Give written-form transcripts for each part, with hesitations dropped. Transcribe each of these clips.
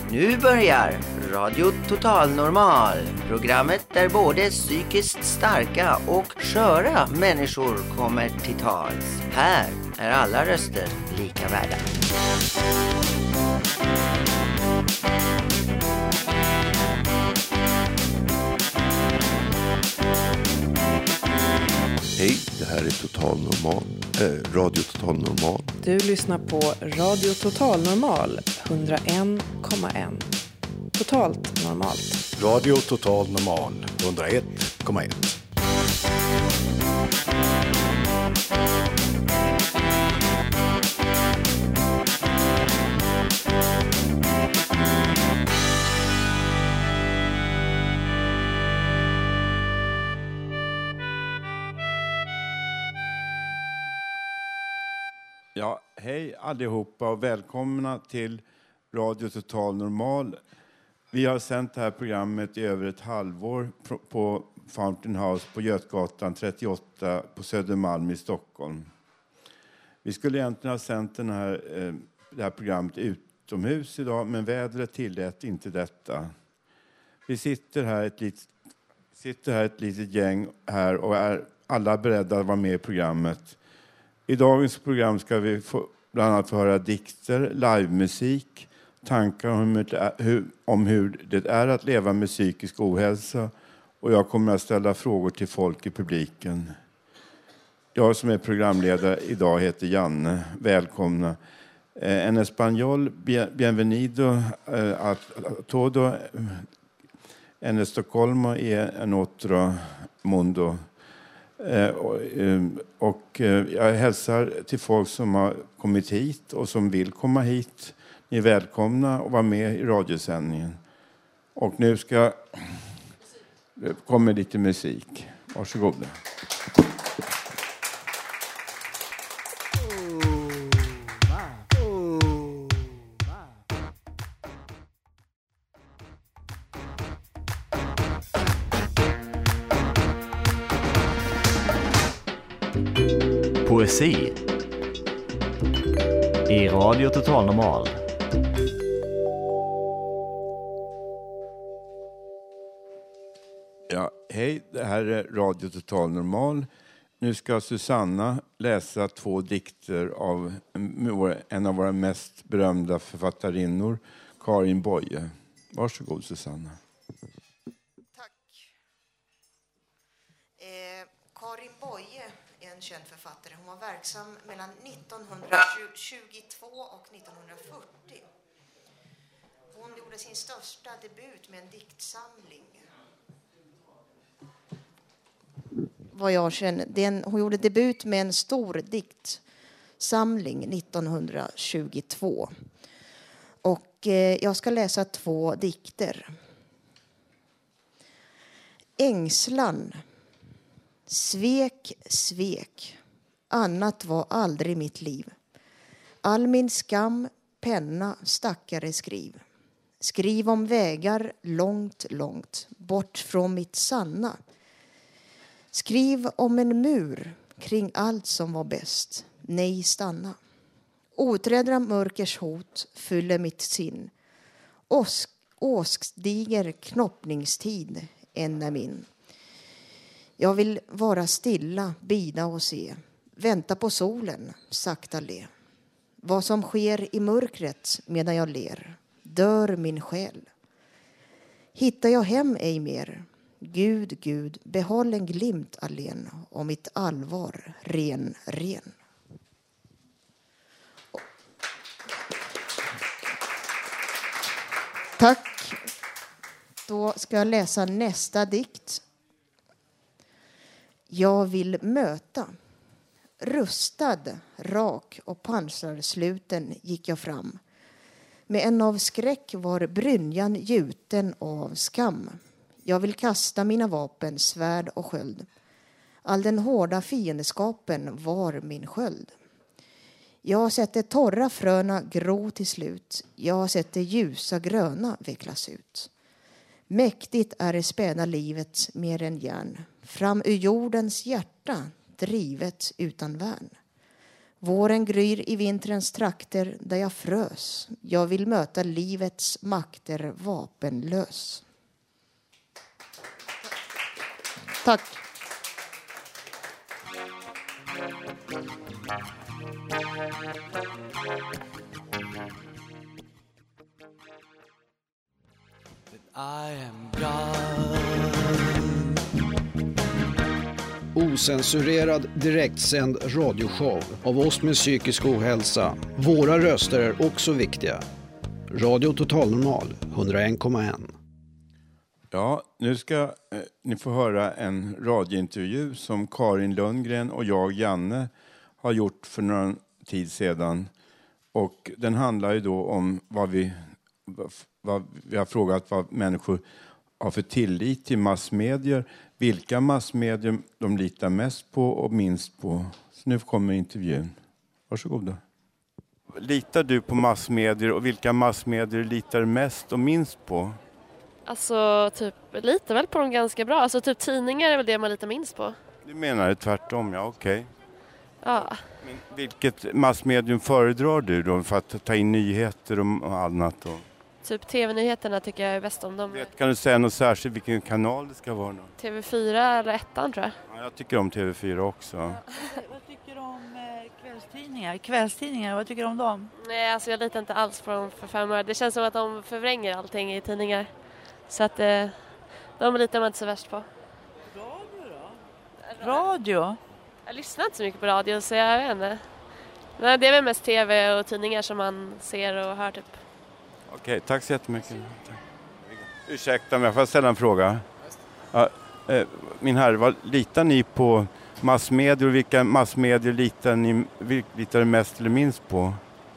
Nu börjar Radio Total Normal, programmet där både psykiskt starka och sköra människor kommer till tals. Här är alla röster lika värda. Hej, det här är Total Normal, Radio Total Normal. Du lyssnar på Radio Total Normal 101,1. Totalt normalt. Radio Total Normal 101,1. Ja, hej allihopa och välkomna till Radio Total Normal. Vi har sänt det här programmet i över ett halvår på Fountain House på Götgatan 38 på Södermalm i Stockholm. Vi skulle egentligen ha sänt det här programmet utomhus idag, men vädret tillät inte detta. Vi sitter här ett litet gäng här och är alla beredda att vara med i programmet. I dagens program ska vi bland annat få höra dikter, livemusik, tankar om hur det är att leva med psykisk ohälsa, och jag kommer att ställa frågor till folk i publiken. Jag som är programledare idag heter Janne. Välkomna. En español, bienvenido a todo. En Estocolmo en otro mundo. Och jag hälsar till folk som har kommit hit och som vill komma hit. Ni är välkomna att vara med i radiosändningen. Och nu kommer lite musik. Varsågoda. Poesi i Radio Total Normal. Ja, hej, det här är Radio Total Normal. Nu ska Susanna läsa 2 dikter av en av våra mest berömda författarinnor, Karin Boye. Varsågod Susanna. Tack. Karin Boye är en känd författare. Hon var verksam mellan 1922 och 1940. Hon gjorde sin största debut med en diktsamling. Vad jag känner, hon gjorde debut med en stor diktsamling 1922. Och jag ska läsa 2 dikter. Ängslan. Svek, svek. Annat var aldrig mitt liv. All min skam, penna, stackare skriv. Skriv om vägar långt, långt, bort från mitt sanna. Skriv om en mur kring allt som var bäst. Nej, stanna. Oträdra mörkers hot fyller mitt sinn. Åskdiger knoppningstid än är min. Jag vill vara stilla, bida och se. Vänta på solen, sakta le. Vad som sker i mörkret medan jag ler. Dör min själ. Hittar jag hem ej mer. Gud, Gud, behåll en glimt allen. Och mitt allvar, ren, ren. Tack. Då ska jag läsa nästa dikt. Jag vill möta. Rustad, rak och pansarsluten gick jag fram. Med en av skräck var brynjan gjuten av skam. Jag vill kasta mina vapen, svärd och sköld. All den hårda fiendskapen var min sköld. Jag har sett det torra fröna gro till slut. Jag har sett det ljusa gröna vecklas ut. Mäktigt är det späda livet mer än järn. Fram ur jordens hjärta drivet utan värn. Våren gryr i vinterns trakter där jag frös. Jag vill möta livets makter vapenlös. Tack. Osensurerad direktsänd radioshow av oss med psykisk ohälsa. Våra röster är också viktiga. Radio Total Normal 101,1. Ja, nu ska ni få höra en radiointervju som Karin Lundgren och jag, Janne, har gjort för någon tid sedan. Och den handlar ju då om vad vi har frågat vad människor har för tillit till massmedier. Vilka massmedier de litar mest på och minst på. Så nu kommer intervjun. Varsågoda. Litar du på massmedier och vilka massmedier litar mest och minst på? Alltså typ litar väl på dem ganska bra. Alltså typ tidningar är väl det man litar minst på. Du menar det tvärtom, ja okej. Ja. Men vilket massmedium föredrar du då för att ta in nyheter och annat då? Typ TV-nyheterna tycker jag är bäst om dem. Kan du säga något särskilt vilken kanal det ska vara då? TV4 eller ettan tror jag. Ja, jag tycker om TV4 också. Vad tycker du om kvällstidningar? Vad tycker du om dem? Nej, alltså jag litar inte alls på dem för 5 år. Det känns som att de förvränger allting i tidningar. Så att de litar man inte så värst på. Radio då? Radio? Jag lyssnar inte så mycket på radio så jag vet inte. Nej, det är väl mest tv och tidningar som man ser och hör typ. Okej, tack så jättemycket. Ursäkta mig, får jag ställa en fråga? Ja, min herre, litar ni på massmedier och vilka massmedier litar ni mest eller minst på?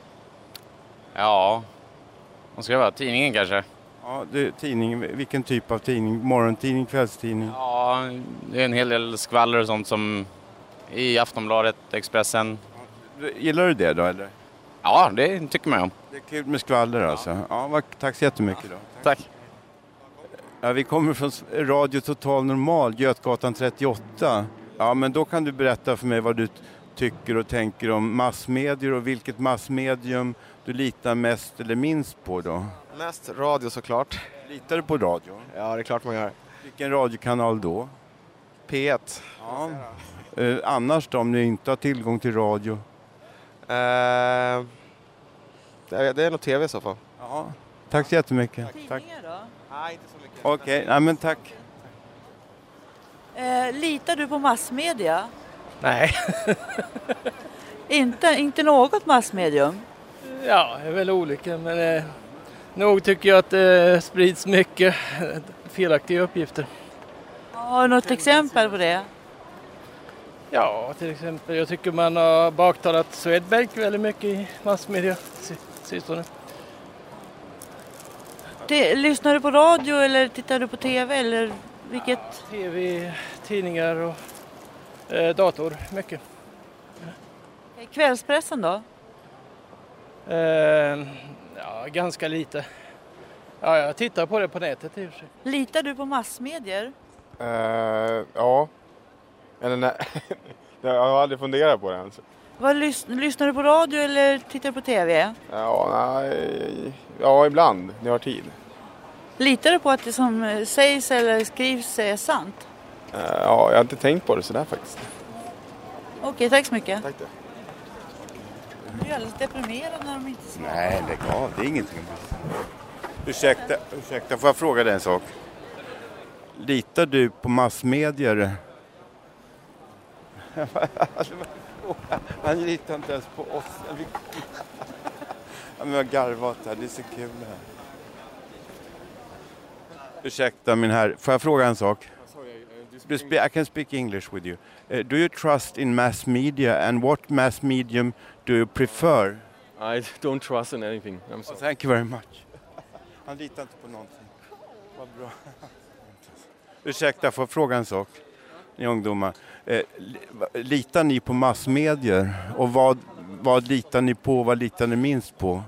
Ja, vad ska det vara? Tidningen kanske? Ja, tidningen. Vilken typ av tidning? Morgontidning, kvällstidning? Ja, det är en hel del skvaller och sånt som i Aftonbladet, Expressen. Gillar du det då eller? Ja, det tycker man om. Det är kul med skvaller alltså. Ja, tack så jättemycket då. Tack. Ja, vi kommer från Radio Total Normal, Götgatan 38. Ja, men då kan du berätta för mig vad du tycker och tänker om massmedier och vilket massmedium du litar mest eller minst på då? Mest radio såklart. Litar du på radio? Ja, det är klart man gör. Vilken radiokanal då? P1. Ja. Annars då, om du inte har tillgång till radio? Det är nog tv i så fall. Ja, tack så jättemycket. Tack. Då? Nej, inte så mycket. Okej, nej men tack. Litar du på massmedia? Nej. Inte något massmedium? Ja, det är väl olika, men nog tycker jag att det sprids mycket felaktiga uppgifter. Har du något exempel på det? Ja, till exempel, jag tycker man har baktalat Swedbank väldigt mycket i massmedia sistone. Lyssnar du på radio eller tittar du på tv eller vilket? Ja, tv, tidningar och dator, mycket. Kvällspressen då? Ja, ganska lite. Ja, jag tittar på det på nätet i och för sig. Litar du på massmedier? Ja. Eller nej. Jag har aldrig funderat på det ens. Lyssnar du på radio eller tittar du på tv? Ja, ibland. När jag har tid. Litar du på att det som sägs eller skrivs är sant? Ja, jag har inte tänkt på det sådär faktiskt. Okej, tack så mycket. Tack då. Du är alldeles deprimerad när de inte svarar. Nej, lägg av. Det är ingenting. Ursäkta, får jag fråga dig en sak? Litar du på massmedier? Han litar inte ens på oss. Men jag har garvat här, det är så kul här. Ursäkta min herre, får jag fråga en sak? I can speak English with you. Do you trust in mass media and what mass medium do you prefer? I don't trust in anything. Thank you very much. Han litar inte på någonting. Vad bra. Ursäkta, får jag fråga en sak? Ni ungdomar. Litar ni på massmedier? Och vad litar ni på? Vad litar ni minst på?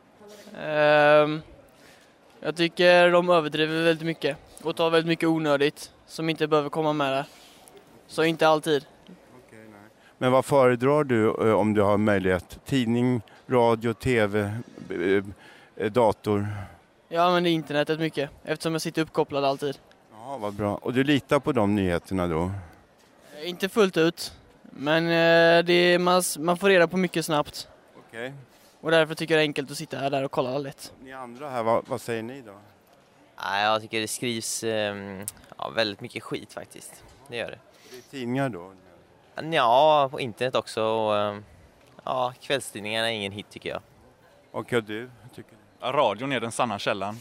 Jag tycker de överdriver väldigt mycket. Och tar väldigt mycket onödigt som inte behöver komma med där. Så inte alltid. Men vad föredrar du om du har möjlighet? Tidning, radio, tv, dator? Jag använder internetet mycket eftersom jag sitter uppkopplad alltid. Ja, vad bra. Och du litar på de nyheterna då? Inte fullt ut, men man får reda på mycket snabbt. Okej. Och därför tycker jag det är enkelt att sitta där och kolla lätt. Ni andra här, vad säger ni då? Nej, jag tycker det skrivs väldigt mycket skit faktiskt. Det gör det. Det är tidningar då? Ja, på internet också. Och, kvällstidningarna är ingen hit tycker jag. Och du? Tycker du? Ja, radion är den sanna källan.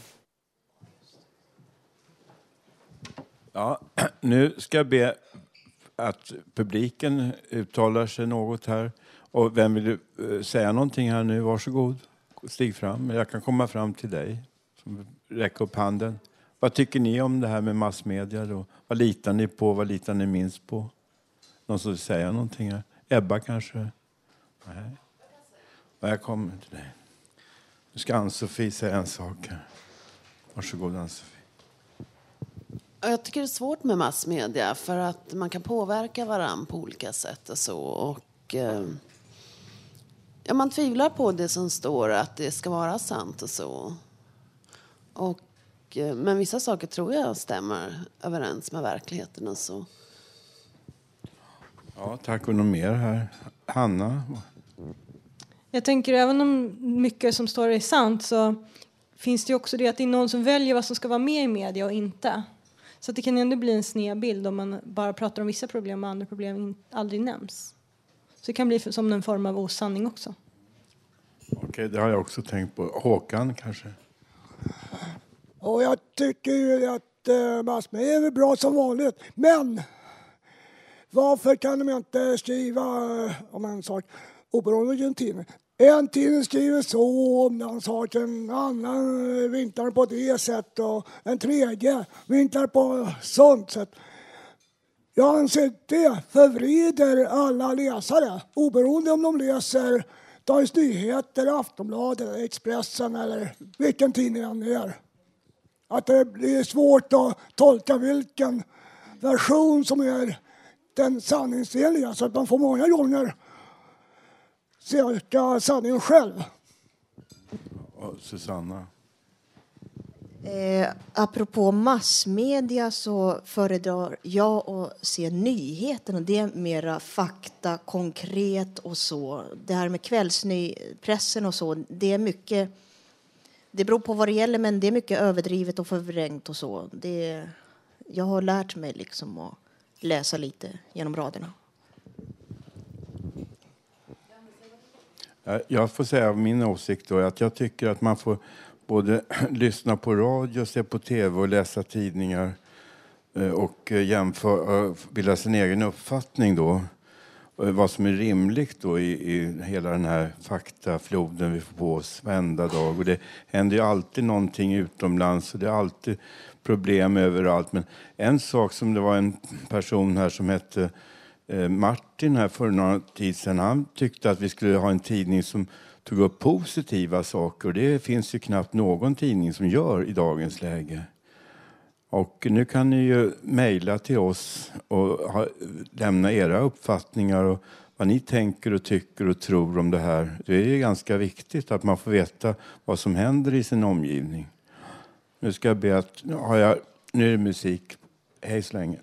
Ja, nu ska jag be att publiken uttalar sig något här. Och vem vill säga någonting här nu? Varsågod, stig fram. Jag kan komma fram till dig. Räcka upp handen. Vad tycker ni om det här med massmedia då? Vad litar ni på? Vad litar ni minst på? Någon som vill säga någonting här? Ebba kanske? Nej. Jag kommer till dig. Nu ska Ann-Sofie säga en sak här. Varsågod Ann-Sofie. Jag tycker det är svårt med massmedia för att man kan påverka varandra på olika sätt och så. Och, man tvivlar på det som står att det ska vara sant och så. Men vissa saker tror jag stämmer överens med verkligheten och så. Ja, tack. Och något mer här. Hanna? Jag tänker även om mycket som står är sant så finns det också det att det är någon som väljer vad som ska vara med i media och inte. Så att det kan ändå bli en snedbild om man bara pratar om vissa problem och andra problem aldrig nämns. Så det kan bli som en form av osanning också. Okej, det har jag också tänkt på. Håkan kanske? Och jag tycker ju att massmedia är bra som vanligt. Men varför kan de inte skriva om en sak oberoende av en tidning? En tidning skriver så om en sak, en annan vinklar på det sättet och en tredje vinklar på sånt sätt. Jag anser det förvrider alla läsare, oberoende om de läser Dagens Nyheter, Aftonbladet, Expressen eller vilken tidning det är. Att det blir svårt att tolka vilken version som är den sanningsenliga så att man får många gånger söka sanningen själv. Och Susanna? Apropå massmedia så föredrar jag att se nyheterna. Det är mera fakta, konkret och så. Det här med kvällspressen och så, det är mycket... Det beror på vad det gäller, men det är mycket överdrivet och förvrängt och så. Jag har lärt mig liksom att läsa lite genom raderna. Jag får säga min åsikt då, att jag tycker att man får både lyssna på radio, se på tv och läsa tidningar och bilda sin egen uppfattning då. Vad som är rimligt då i hela den här faktafloden vi får på oss varenda dag. Och det händer ju alltid någonting utomlands och det är alltid problem överallt. Men en sak som det var en person här som hette Martin här för några tid sedan. Han tyckte att vi skulle ha en tidning som tog upp positiva saker. Och det finns ju knappt någon tidning som gör i dagens läge. Och nu kan ni ju mejla till oss och lämna era uppfattningar och vad ni tänker och tycker och tror om det här. Det är ju ganska viktigt att man får veta vad som händer i sin omgivning. Nu ska jag be att, nu är det musik. Hej så länge.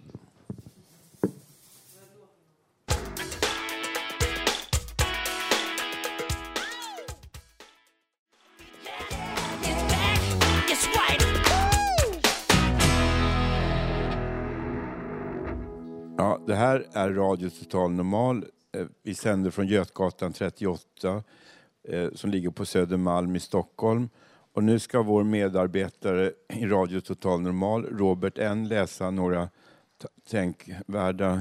Ja, det här är Radio Total Normal. Vi sänder från Götgatan 38 som ligger på Södermalm i Stockholm. Och nu ska vår medarbetare i Radio Total Normal, Robert N, läsa några tänkvärda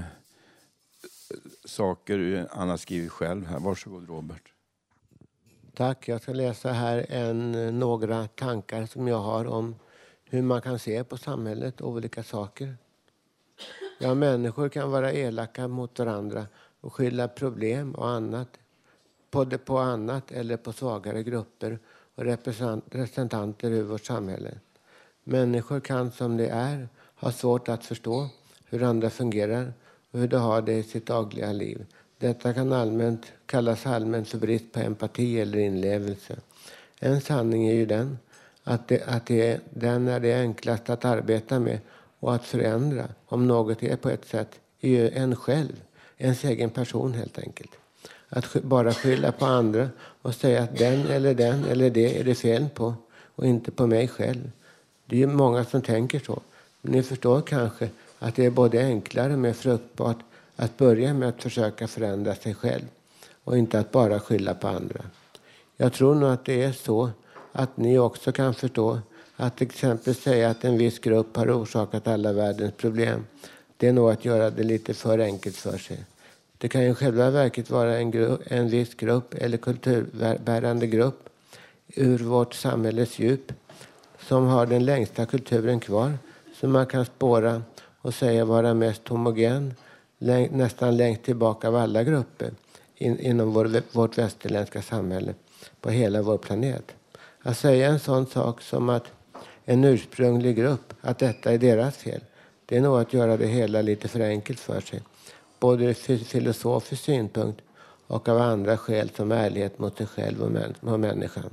saker han har skrivit själv här. Varsågod Robert. Tack, jag ska läsa här några tankar som jag har om hur man kan se på samhället och olika saker. Ja, människor kan vara elaka mot varandra och skylla problem och annat på annat eller på svagare grupper och representanter ur vårt samhälle. Människor kan som det är ha svårt att förstå hur andra fungerar och hur de har det i sitt dagliga liv. Detta kan kallas allmänt för brist på empati eller inlevelse. En sanning är ju den att den är det enklaste att arbeta med och att förändra, om något är på ett sätt, är ju en själv, ens egen person helt enkelt. Att bara skylla på andra och säga att den eller det är det fel på och inte på mig själv. Det är ju många som tänker så. Men ni förstår kanske att det är både enklare och mer fruktbart att börja med att försöka förändra sig själv och inte att bara skylla på andra. Jag tror nog att det är så att ni också kan förstå att till exempel säga att en viss grupp har orsakat alla världens problem. Det är nog att göra det lite för enkelt för sig. Det kan ju själva verket vara en viss grupp eller kulturbärande grupp ur vårt samhälles djup som har den längsta kulturen kvar, som man kan spåra och säga vara mest homogen nästan längst tillbaka av alla grupper inom vårt västerländska samhälle på hela vår planet. Att säga en sån sak som att en ursprunglig grupp, att detta är deras fel, det är nog att göra det hela lite för enkelt för sig. Både ur filosofisk synpunkt och av andra skäl som ärlighet mot sig själv och människan.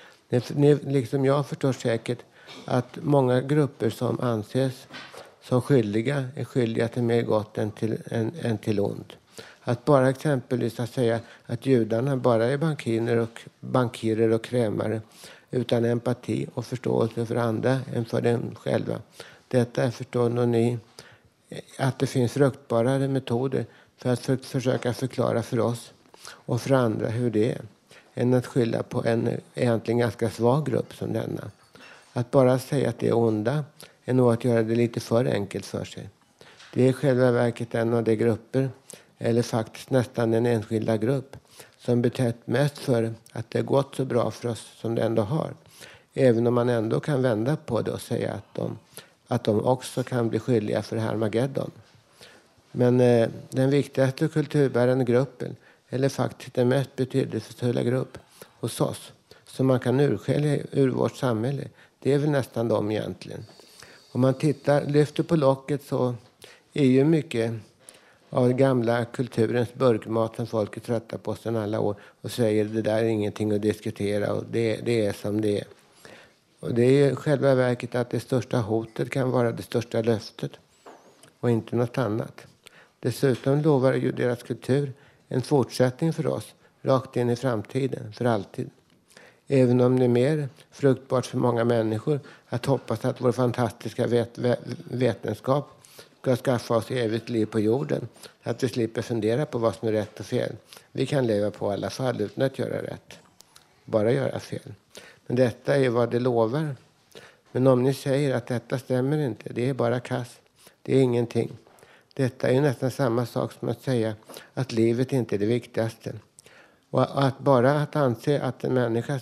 Ni liksom jag förstår säkert att många grupper som anses som skyldiga är skyldiga till mer gott än till ont. Att bara exempelvis att säga att judarna bara är bankirer och krämare utan empati och förståelse för andra än för dem själva. Detta är förstår ni att det finns fruktbarare metoder för att försöka förklara för oss och för andra hur det är än att skylla på en egentligen ganska svag grupp som denna. Att bara säga att det är onda är nog att göra det lite för enkelt för sig. Det är i själva verket en av de grupper, eller faktiskt nästan en enskilda grupp, som betett mest för att det gått så bra för oss som det ändå har. Även om man ändå kan vända på det och säga att de också kan bli skyldiga för Harmageddon. Men den viktigaste kulturbärande gruppen, eller faktiskt den mest betydelsefulla grupp hos oss, som man kan urskilja ur vårt samhälle, det är väl nästan de egentligen. Om man lyfter på locket så är ju mycket av gamla kulturens burkmat som folk är trötta på sedan alla år och säger det där är ingenting att diskutera och det är som det är. Och det är själva verket att det största hotet kan vara det största löftet och inte något annat. Dessutom lovar ju deras kultur en fortsättning för oss rakt in i framtiden för alltid. Även om det är mer fruktbart för många människor att hoppas att vår fantastiska vetenskap ska skaffa oss evigt liv på jorden. Att vi slipper fundera på vad som är rätt och fel. Vi kan leva på i alla fall utan att göra rätt. Bara göra fel. Men detta är vad det lovar. Men om ni säger att detta stämmer inte, det är bara kass. Det är ingenting. Detta är nästan samma sak som att säga att livet inte är det viktigaste. Och att anse att en människa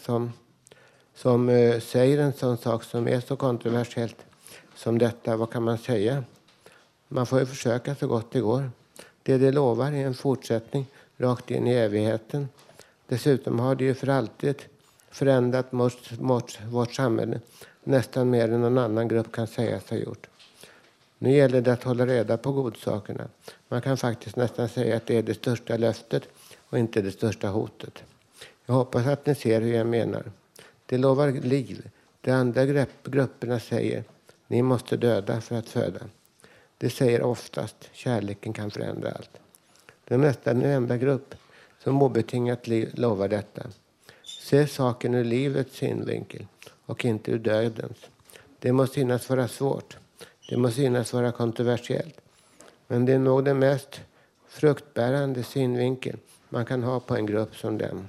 som säger en sån sak som är så kontroversiellt som detta, vad kan man säga? Man får ju försöka så gott det går. Det lovar är en fortsättning rakt in i evigheten. Dessutom har det ju för alltid förändrat vårt samhälle nästan mer än någon annan grupp kan sägas ha gjort. Nu gäller det att hålla reda på godsakerna. Man kan faktiskt nästan säga att det är det största löftet och inte det största hotet. Jag hoppas att ni ser hur jag menar. Det lovar liv. De andra grupperna säger ni måste döda för att föda. Det säger oftast kärleken kan förändra allt. Det är nästan en enda grupp som obetingat lovar detta. Se saken ur livets synvinkel och inte ur dödens. Det måste synas vara svårt. Det måste synas vara kontroversiellt. Men det är nog den mest fruktbärande synvinkel man kan ha på en grupp som den.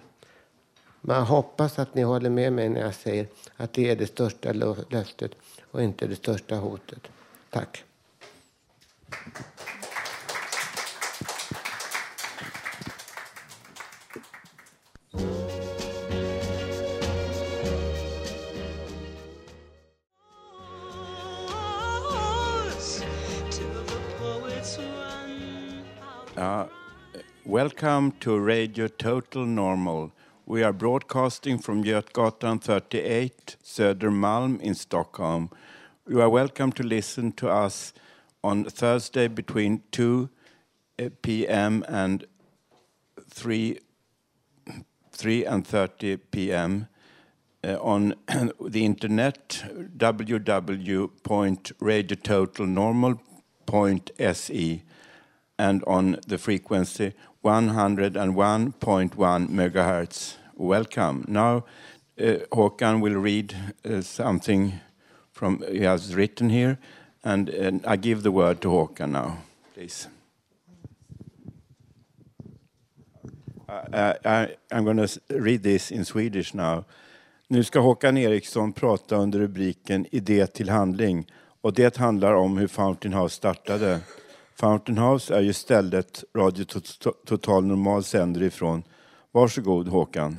Man hoppas att ni håller med mig när jag säger att det är det största löftet och inte det största hotet. Tack. Welcome to Radio Total Normal. We are broadcasting from Götgatan 38, Södermalm in Stockholm. You are welcome to listen to us on Thursday between 2 p.m. and 3:30 p.m. On the internet, www.radiototalnormal.se, and on the frequency 101.1 megahertz. Welcome. Now, Håkan will read something from he has written here, and I give the word to Håkan now, please. I'm going to read this in Swedish now. Nu ska Håkan Eriksson prata under rubriken Idé till handling, och det handlar om hur Fountain House startade. Fountain House är ju stället Radio Total Normal sänder ifrån. Varsågod Håkan.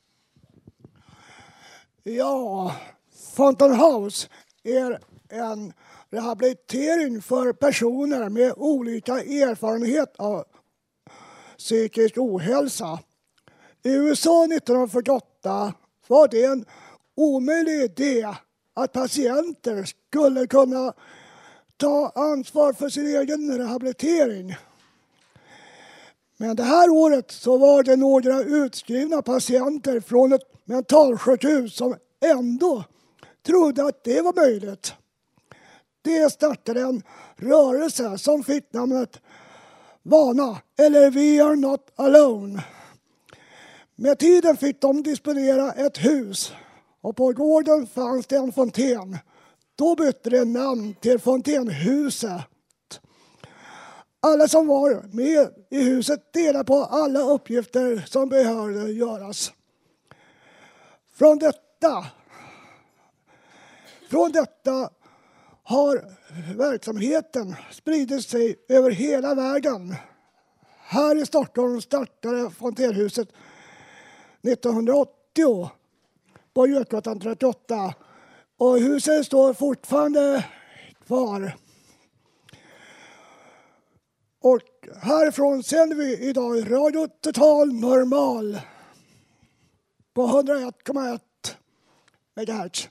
Ja, Fountain House är en rehabilitering för personer med olika erfarenhet av psykisk ohälsa. I USA 1948 var det en omöjlig idé att patienter skulle kunna ta ansvar för sin egen rehabilitering. Men det här året så var det några utskrivna patienter från ett mentalsjukhus som ändå trodde att det var möjligt. Det startade en rörelse som fick namnet VANA, eller We Are Not Alone. Med tiden fick de disponera ett hus, och på gården fanns det en fontän. Då bytte det namn till Fontänhuset. Alla som var med i huset delade på alla uppgifter som behövde göras. Från detta har verksamheten spridit sig över hela världen. Här i Stockholm startade Fontänhuset 1980 på Götgatan 38, och huset står fortfarande kvar. Och härifrån sänder vi idag Radio Total Normal på 101,1 MHz.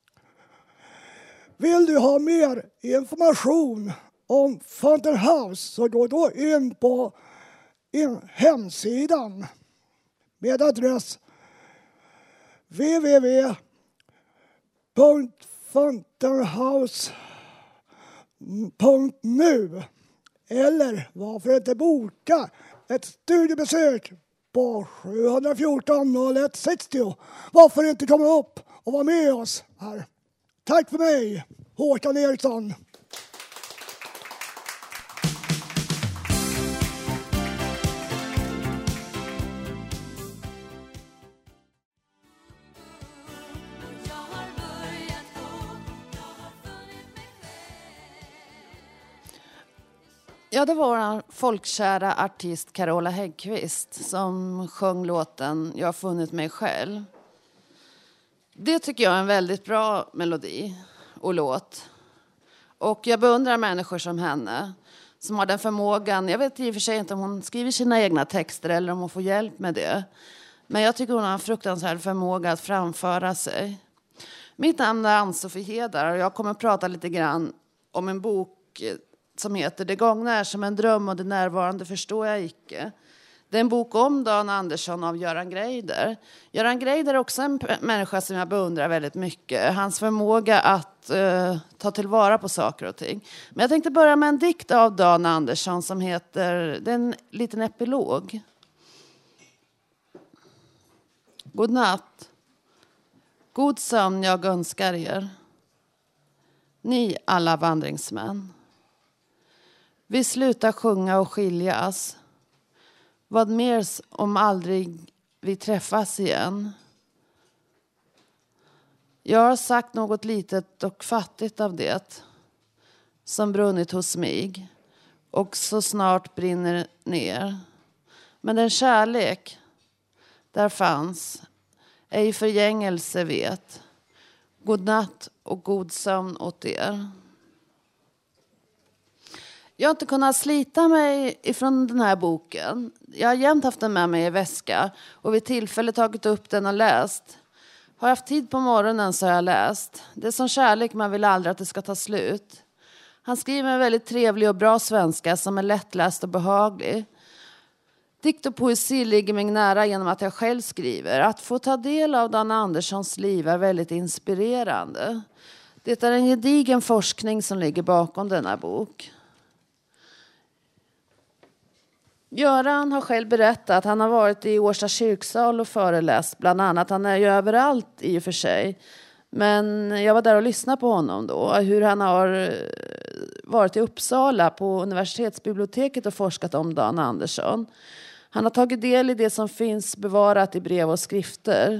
Vill du ha mer information om Fountain House så gå då in på hemsidan med adress www.fountainhouse.nu, eller varför inte boka ett studiebesök på 714 01 60. Varför inte komma upp och vara med oss här. Tack för mig, Håkan Eriksson. Ja, det var en folkkära artist Carola Häggkvist som sjöng låten Jag har funnit mig själv. Det tycker jag är en väldigt bra melodi och låt. Och jag beundrar människor som henne som har den förmågan. Jag vet i och för sig inte om hon skriver sina egna texter eller om hon får hjälp med det. Men jag tycker hon har en fruktansvärd förmåga att framföra sig. Mitt namn är Ann-Sofie Hedar och jag kommer att prata lite grann om en bok som heter Det gångna är som en dröm och det närvarande förstår jag icke. Det är en bok om Dan Andersson av Göran Greider. Göran Greider är också en människa som jag beundrar väldigt mycket. Hans förmåga att ta tillvara på saker och ting. Men jag tänkte börja med en dikt av Dan Andersson som heter, det är en liten epilog. God natt. God sömn jag önskar er. Ni alla vandringsmän. Vi slutar sjunga och skiljas. Vad mer om aldrig vi träffas igen? Jag har sagt något litet och fattigt av det som brunnit hos mig och så snart brinner ner. Men den kärlek där fanns ej förgängelse vet. God natt och god sömn åt er. Jag har inte kunnat slita mig ifrån den här boken. Jag har jämt haft den med mig i väska och vid tillfälle tagit upp den och läst. Har jag haft tid på morgonen så har jag läst. Det är som kärlek, man vill aldrig att det ska ta slut. Han skriver en väldigt trevlig och bra svenska som är lättläst och behaglig. Dikt och poesi ligger mig nära genom att jag själv skriver. Att få ta del av Dan Anderssons liv är väldigt inspirerande. Det är en gedigen forskning som ligger bakom denna bok. Göran har själv berättat att han har varit i Årsta kyrksal och föreläst bland annat. Han är ju överallt i och för sig. Men jag var där och lyssnade på honom då. Hur han har varit i Uppsala på universitetsbiblioteket och forskat om Dan Andersson. Han har tagit del i det som finns bevarat i brev och skrifter.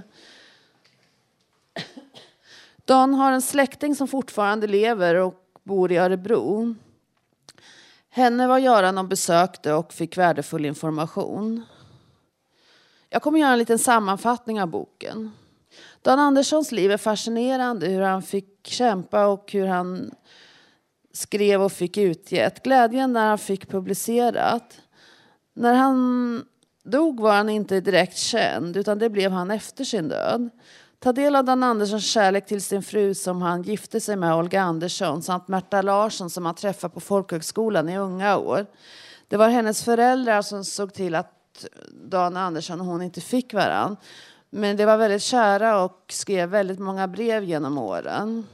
Dan har en släkting som fortfarande lever och bor i Örebro. Henne var Göran och besökte och fick värdefull information. Jag kommer göra en liten sammanfattning av boken. Dan Anderssons liv är fascinerande, hur han fick kämpa och hur han skrev och fick utgett. Glädjen när han fick publicerat. När han dog var han inte direkt känd, utan det blev han efter sin död. Ta del av Dan Anderssons kärlek till sin fru som han gifte sig med, Olga Andersson, samt Märta Larsson som han träffade på folkhögskolan i unga år. Det var hennes föräldrar som såg till att Dan Andersson och hon inte fick varann. Men det var väldigt kära och skrev väldigt många brev genom åren.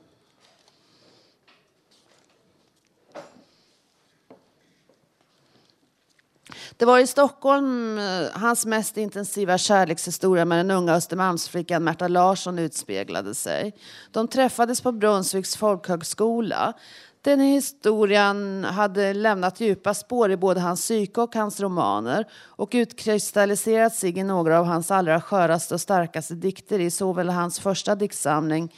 Det var i Stockholm hans mest intensiva kärlekshistoria med den unga Östermalmsflickan Märta Larsson utspeglade sig. De träffades på Brunnsviks folkhögskola. Den historien hade lämnat djupa spår i både hans psyke och hans romaner och utkristalliserat sig i några av hans allra sköraste och starkaste dikter i såväl hans första diktsamling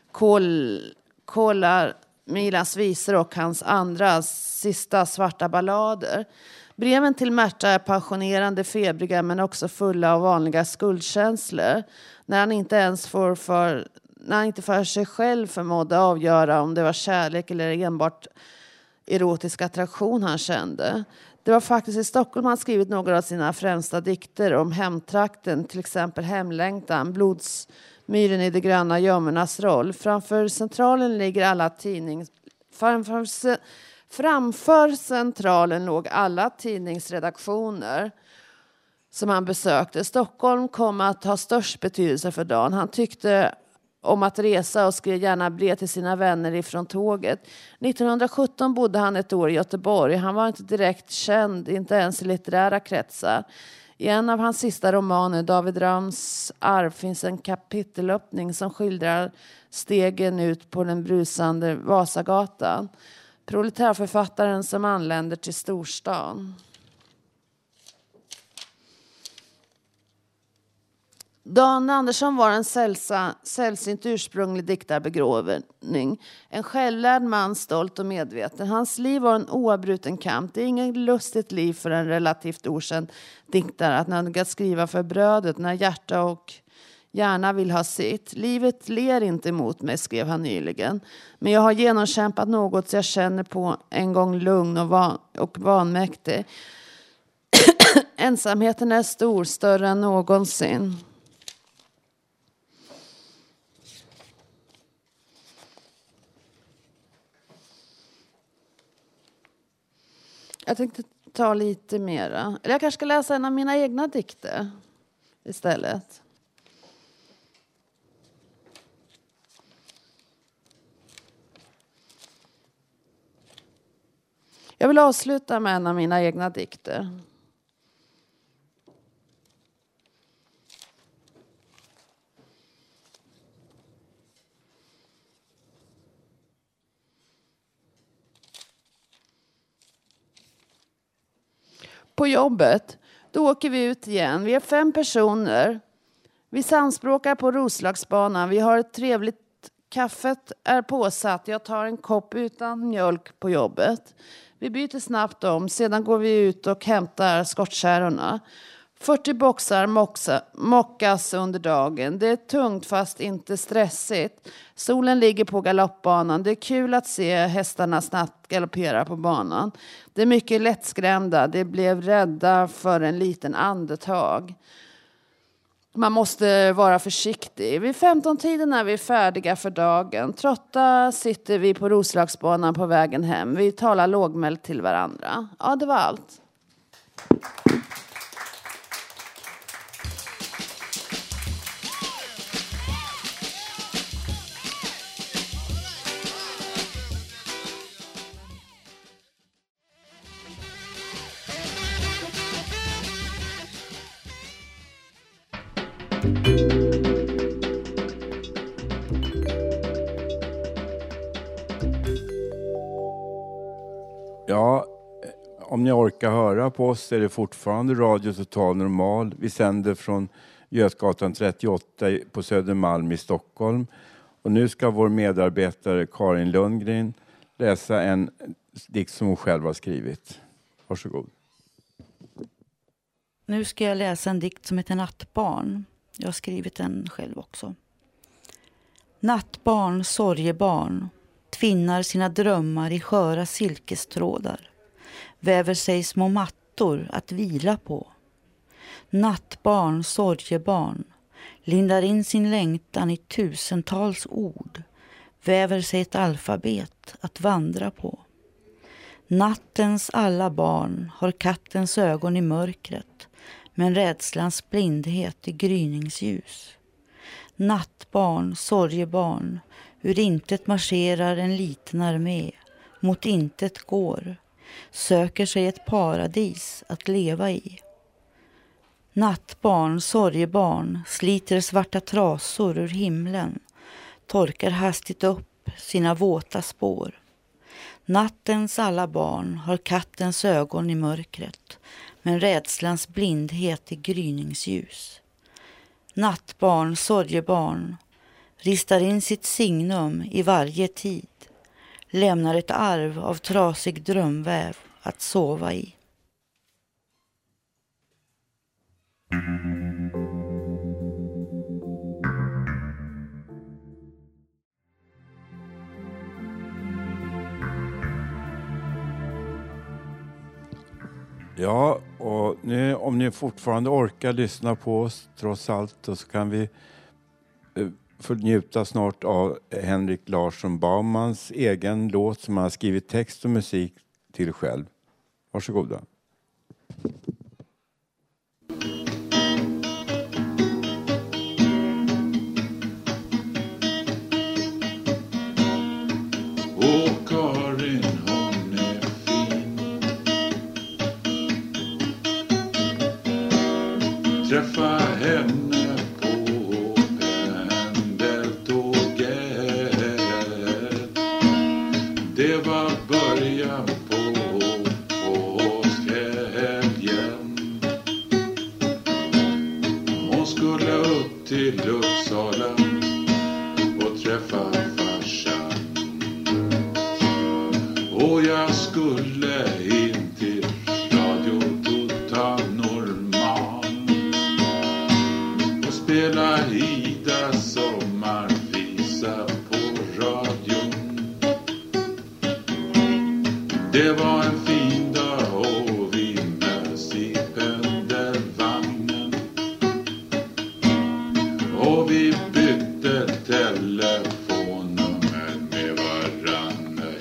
Kolar Milans visor och hans andra sista Svarta ballader. Breven till Märta är passionerande, febriga men också fulla av vanliga skuldkänslor. När han inte för sig själv förmådde avgöra om det var kärlek eller enbart erotisk attraktion han kände. Det var faktiskt i Stockholm han skrivit några av sina främsta dikter om hemtrakten, till exempel Hemlängtan, Blodsmyren i de gröna gömmornas roll. Framför centralen låg alla tidningsredaktioner som han besökte. Stockholm kom att ha störst betydelse för Dan. Han tyckte om att resa och skrev gärna brev till sina vänner ifrån tåget. 1917 bodde han ett år i Göteborg. Han var inte direkt känd, inte ens i litterära kretsar. I en av hans sista romaner, David Rams arv, finns en kapitelöppning som skildrar stegen ut på den brusande Vasagatan. Proletärförfattaren som anländer till storstan. Dan Andersson var en sällsynt ursprunglig diktarbegåvning. En självlärd man, stolt och medveten. Hans liv var en oavbruten kamp. Det är inget lustigt liv för en relativt okänd diktare att nödgas skriva för brödet när hjärta och hjärna vill ha sitt. Livet ler inte emot mig, skrev han nyligen. Men jag har genomkämpat något så jag känner på en gång lugn och vanmäktig. Ensamheten är stor, större än någonsin. Jag tänkte ta lite mera. Eller jag kanske ska läsa en av mina egna dikter istället. Jag vill avsluta med en av mina egna dikter. På jobbet, då åker vi ut igen. Vi är 5 personer. Vi samspråkar på Roslagsbanan. Vi har ett trevligt. Kaffet är påsatt. Jag tar en kopp utan mjölk på jobbet. Vi byter snabbt om. Sedan går vi ut och hämtar skottkärrorna. 40 boxar mockas under dagen. Det är tungt fast inte stressigt. Solen ligger på galoppbanan. Det är kul att se hästarna snabbt galoppera på banan. Det är mycket lättskrämda. De blev rädda för en liten andetag. Man måste vara försiktig. Vid 15-tiden är vi färdiga för dagen. Trötta sitter vi på Roslagsbanan på vägen hem. Vi talar lågmält till varandra. Ja, det var allt. Ja, om ni orkar höra på oss är det fortfarande Radio Total Normal. Vi sänder från Götgatan 38 på Södermalm i Stockholm. Och nu ska vår medarbetare Karin Lundgren läsa en dikt som hon själv har skrivit. Varsågod. Nu ska jag läsa en dikt som heter Nattbarn. Jag har skrivit den själv också. Nattbarn, sorgebarn, tvinnar sina drömmar i sköra silkestrådar. Väver sig små mattor att vila på. Nattbarn, sorgebarn, lindar in sin längtan i tusentals ord. Väver sig ett alfabet att vandra på. Nattens alla barn har kattens ögon i mörkret, men rädslans blindhet i gryningsljus. Nattbarn, sorgebarn, ur intet marscherar en liten armé, mot intet går, söker sig ett paradis att leva i. Nattbarn, sorgebarn, sliter svarta trasor ur himlen, torkar hastigt upp sina våta spår. Nattens alla barn har kattens ögon i mörkret, men rädslans blindhet i gryningsljus. Nattbarn, sorgebarn, ristar in sitt signum i varje tid, lämnar ett arv av trasig drömväv att sova i. Ja, och nu, om ni fortfarande orkar lyssna på oss trots allt, så kan vi få njuta snart av Henrik Larsson Baumans egen låt som han har skrivit text och musik till själv. Varsågoda. Och Karin, hon är fin. Träffa henne på pendeltåget. Det var början på påskhelgen. Hon skulle upp till Uppsala och träffa farsan. Och jag skulle in till Radio Total Normal och spela Ida sommarvisa på radion. Det var en fin dag och vi möts i pendelvagnen. Och vi bytte telefonnummer med varann.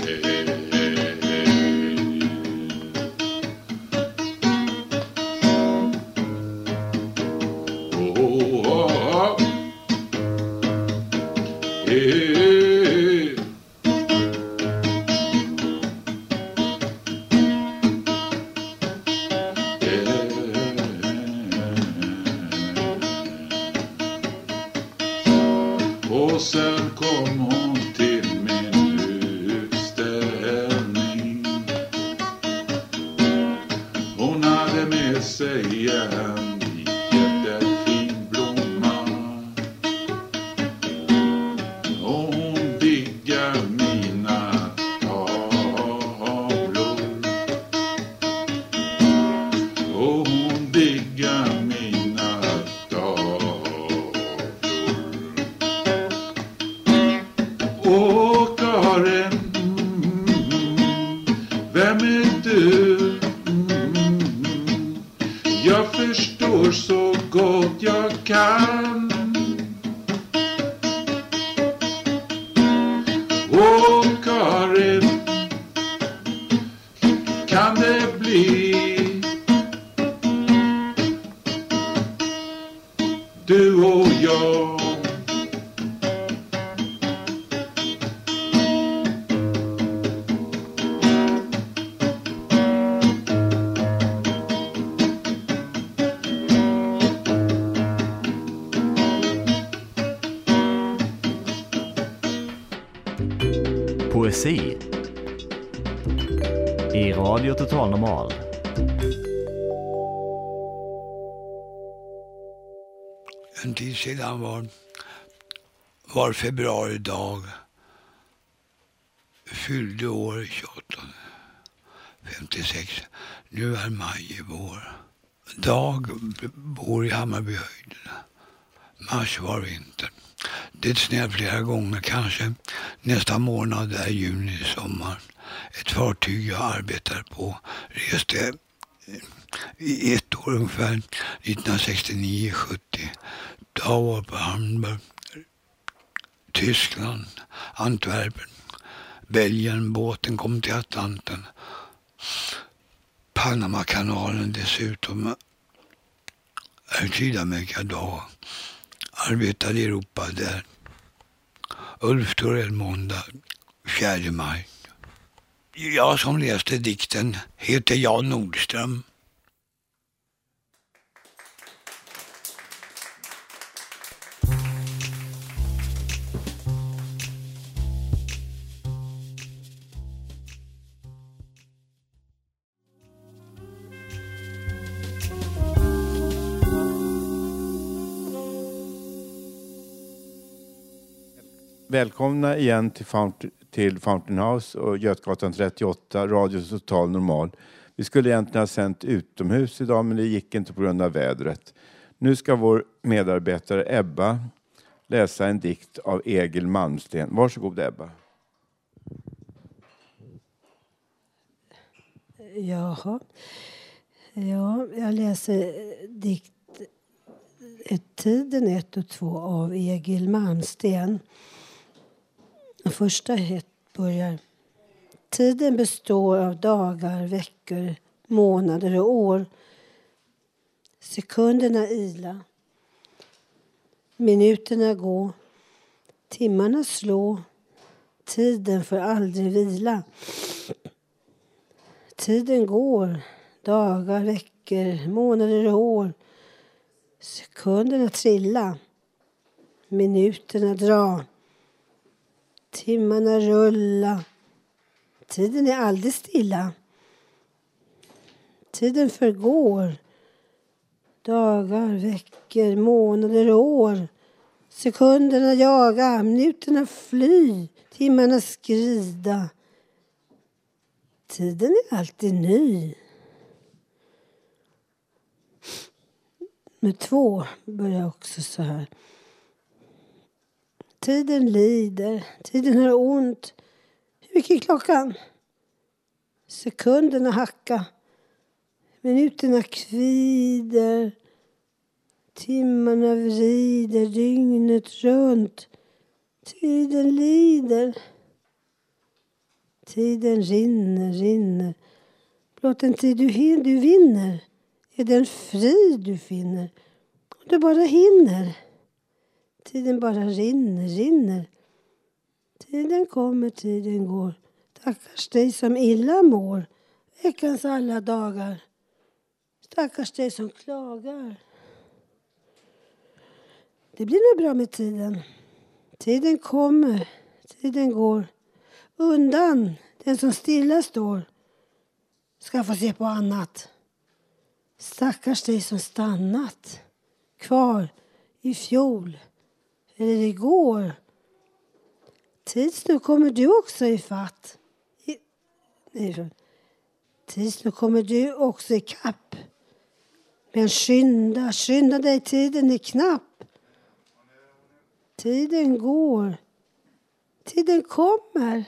Och sen kom hon till min utställning. Hon hade med sig en jättefin blomma. Och hon diggar mina tavlor. Och hon diggar mina Åh Karin, vem är du? Jag förstår så gott jag kan. Åh Karin, kan det bli du och jag? Poesi. I Radio Total Normal. En tid sedan var februari dag fyllde år 2856. Nu är maj i vår. Dag bor i Hammarbyhöjden. Mars var vinter. Det snöar flera gånger, kanske nästa månad är juni, sommar. Ett fartyg jag arbetar på reste i ett år ungefär 1969-70. Då var på Hamburg, Tyskland, Antwerpen, Belgien. Båten kom till Atlanten. Panamakanalen dessutom är Sydamerika då. Arbetade i Europa där. Ulf Torell, måndag 4 maj. Jag som läste dikten heter Jan Nordström. Välkomna igen till Fountain House och Götgatan 38, Radio Total Normal. Vi skulle egentligen ha sänt utomhus idag, men det gick inte på grund av vädret. Nu ska vår medarbetare Ebba läsa en dikt av Egil Malmsten. Varsågod Ebba. Jaha. Ja, jag läser dikt Tiden 1 och 2 av Egil Malmsten. Första börjar. Tiden består av dagar, veckor, månader och år. Sekunderna ila. Minuterna gå. Timmarna slå. Tiden får aldrig vila. Tiden går. Dagar, veckor, månader och år. Sekunderna trilla. Minuterna dra. Timmarna rulla. Tiden är aldrig stilla. Tiden förgår. Dagar, veckor, månader och år. Sekunderna jaga. Minuterna fly. Timmarna skrida. Tiden är alltid ny. Med 2 börjar också så här. Tiden lider. Tiden har ont. Hur mycket är klockan? Sekunderna hacka. Minuterna kvider. Timmarna vrider. Dygnet runt. Tiden lider. Tiden rinner. Blott en tid du vinner. Är den frid du finner. Och du bara hinner. Tiden bara rinner. Tiden kommer, tiden går. Stackars dig som illa mår. Veckans alla dagar. Stackars dig som klagar. Det blir nog bra med tiden. Tiden kommer, tiden går. Undan den som stilla står. Ska få se på annat. Stackars dig som stannat. Kvar i fjol. Eller igår. Tids nu kommer du också i fatt. Tids nu kommer du också i kapp. Men skynda dig, tiden är knapp. Tiden går. Tiden kommer.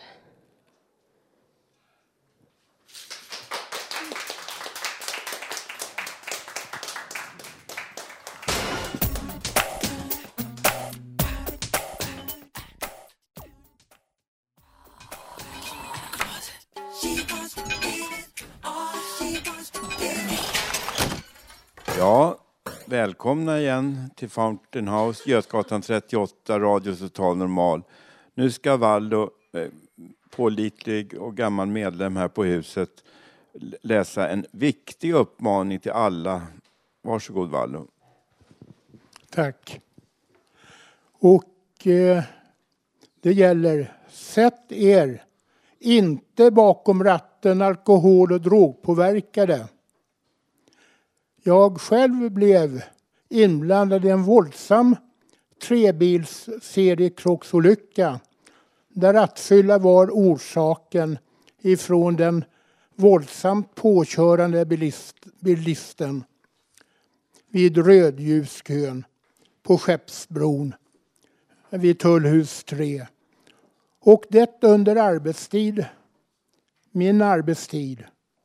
Ja, välkomna igen till Fountain House, Götgatan 38, Radio Total Normal. Nu ska Valdo, pålitlig och gammal medlem här på huset, läsa en viktig uppmaning till alla. Varsågod Valdo. Tack. Och det gäller, sätt er inte bakom ratten vatten-, alkohol- och drogpåverkade. Jag själv blev inblandad i en våldsam trebils-seriekrocksolycka där rattfylla var orsaken ifrån den våldsamt påkörande bilisten vid rödljuskön på Skeppsbron vid Tullhus 3. Och det under arbetstid, min arbetstid.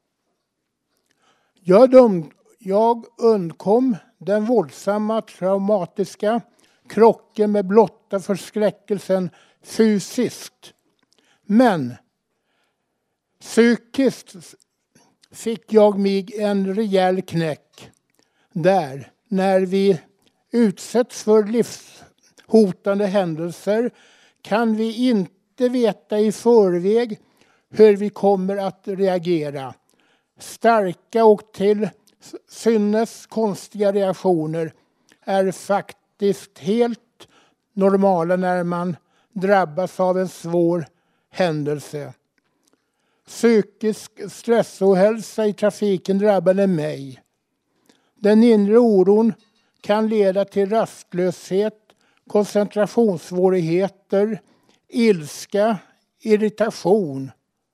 Jag undkom den våldsamma traumatiska krocken med blotta förskräckelsen fysiskt. Men psykiskt fick jag mig en rejäl knäck där när vi utsätts för livshotande händelser kan vi inte veta i förväg hur vi kommer att reagera. Starka och till synes konstiga reaktioner är faktiskt helt normala när man drabbas av en svår händelse. Psykisk stressohälsa i trafiken drabbade mig. Den inre oron kan leda till rastlöshet, koncentrationssvårigheter, ilska, irritation.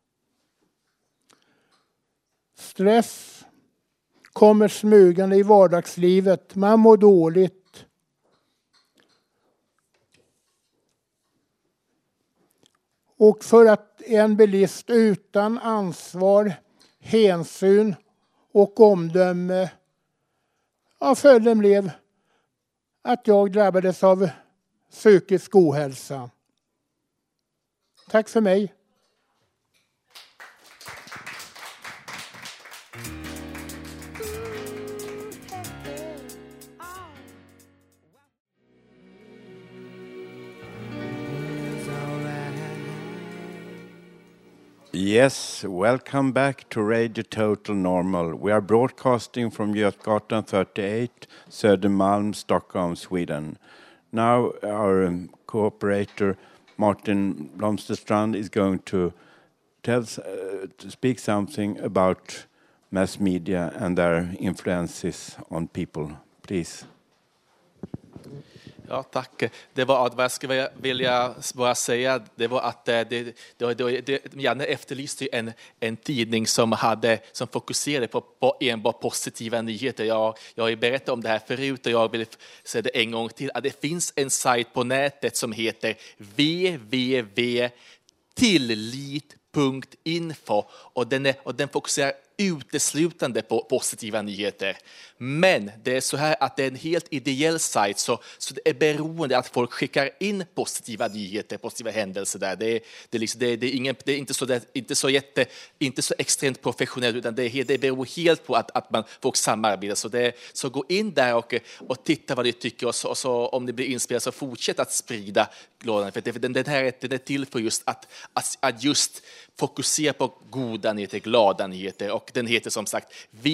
Stress kommer smygande i vardagslivet. Man mår dåligt. Och för att en bilist utan ansvar, hänsyn och omdöme, följden blev att jag drabbades av psykisk ohälsa. Tack för mig. Yes, welcome back to Radio Total Normal. We are broadcasting from Götgatan 38, Södermalm, Stockholm, Sweden. Now our cooperator Martin Blomsterstrand is going to speak something about mass media and their influences on people. Please. Ja, tack. Det var vad jag skulle vilja bara säga. Det var att Janne efterlyste en tidning som fokuserade på enbart positiva nyheter. Jag har ju berättat om det här förut och jag vill säga det en gång till. Att det finns en sajt på nätet som heter www.tillit.info och den fokuserar uteslutande på positiva nyheter. Men det är så här att det är en helt ideell sajt så det är beroende att folk skickar in positiva nyheter, positiva händelser där. Det är inte så extremt professionellt utan det beror helt på att man får samarbeta. Så gå in där och titta vad ni tycker och så om ni blir inspirerade så fortsätt att sprida glada. För den är till för just att just fokusera på goda nyheter, glada nyheter och den heter som sagt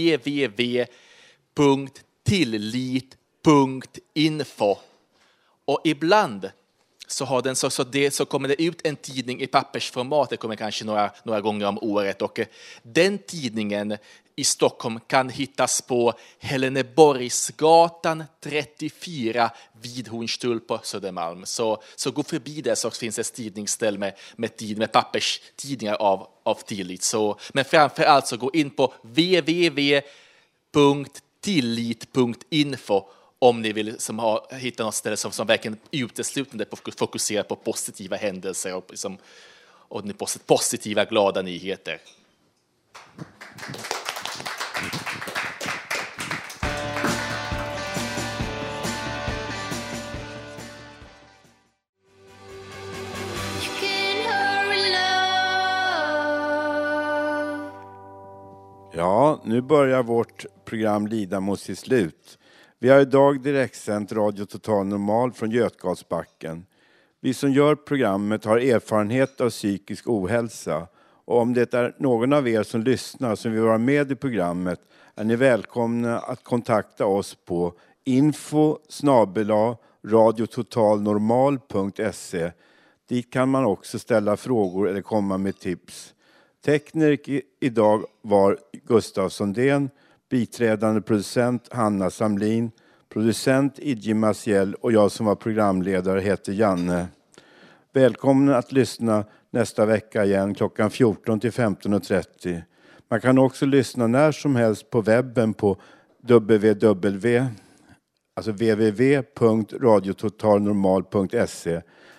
www.tillit.info och ibland så har den så kommer det ut en tidning i pappersformat, det kommer kanske några gånger om året och den tidningen i Stockholm kan hittas på Heleneborgsgatan 34 vid Hornstull på Södermalm. Så gå förbi där så finns ett tidningsställ med papperstidningar av Tillit. Men framförallt så gå in på www.tillit.info om ni vill hitta något ställe som verkligen uteslutande fokuserar på positiva händelser och positiva glada nyheter. Ja, nu börjar vårt program lida mot sitt slut. Vi har idag direktsänt Radio Total Normal från Götgatsbacken. Vi som gör programmet har erfarenhet av psykisk ohälsa. Och om det är någon av er som lyssnar som vill vara med i programmet är ni välkomna att kontakta oss på info@radiototalnormal.se. Dit kan man också ställa frågor eller komma med tips. Tekniker idag var Gustav Sondén, biträdande producent Hanna Samlin, producent Idje Maciel och jag som var programledare heter Janne. Välkommen att lyssna nästa vecka igen klockan 14 till 15.30. Man kan också lyssna när som helst på webben på www.radiototalnormal.se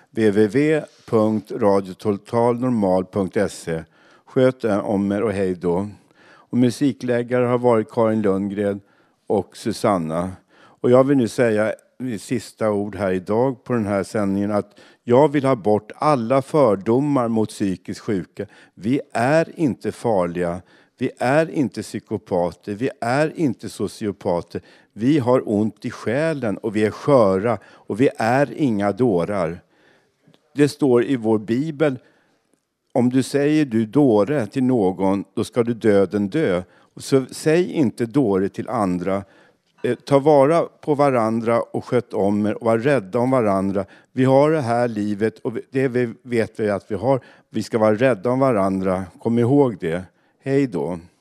www.radiototalnormal.se. Sköt om er och hej då. Och musikläggare har varit Karin Lundgren och Susanna. Och jag vill nu säga sista ord här idag på den här sändningen att jag vill ha bort alla fördomar mot psykiskt sjuka. Vi är inte farliga. Vi är inte psykopater. Vi är inte sociopater. Vi har ont i själen och vi är sköra och vi är inga dårar. Det står i vår bibel, om du säger du dåre till någon, då ska du döden dö. Så säg inte dåre till andra. Ta vara på varandra och sköt om er och var rädda om varandra. Vi har det här livet och det vet vi att vi har. Vi ska vara rädda om varandra. Kom ihåg det. Hej då.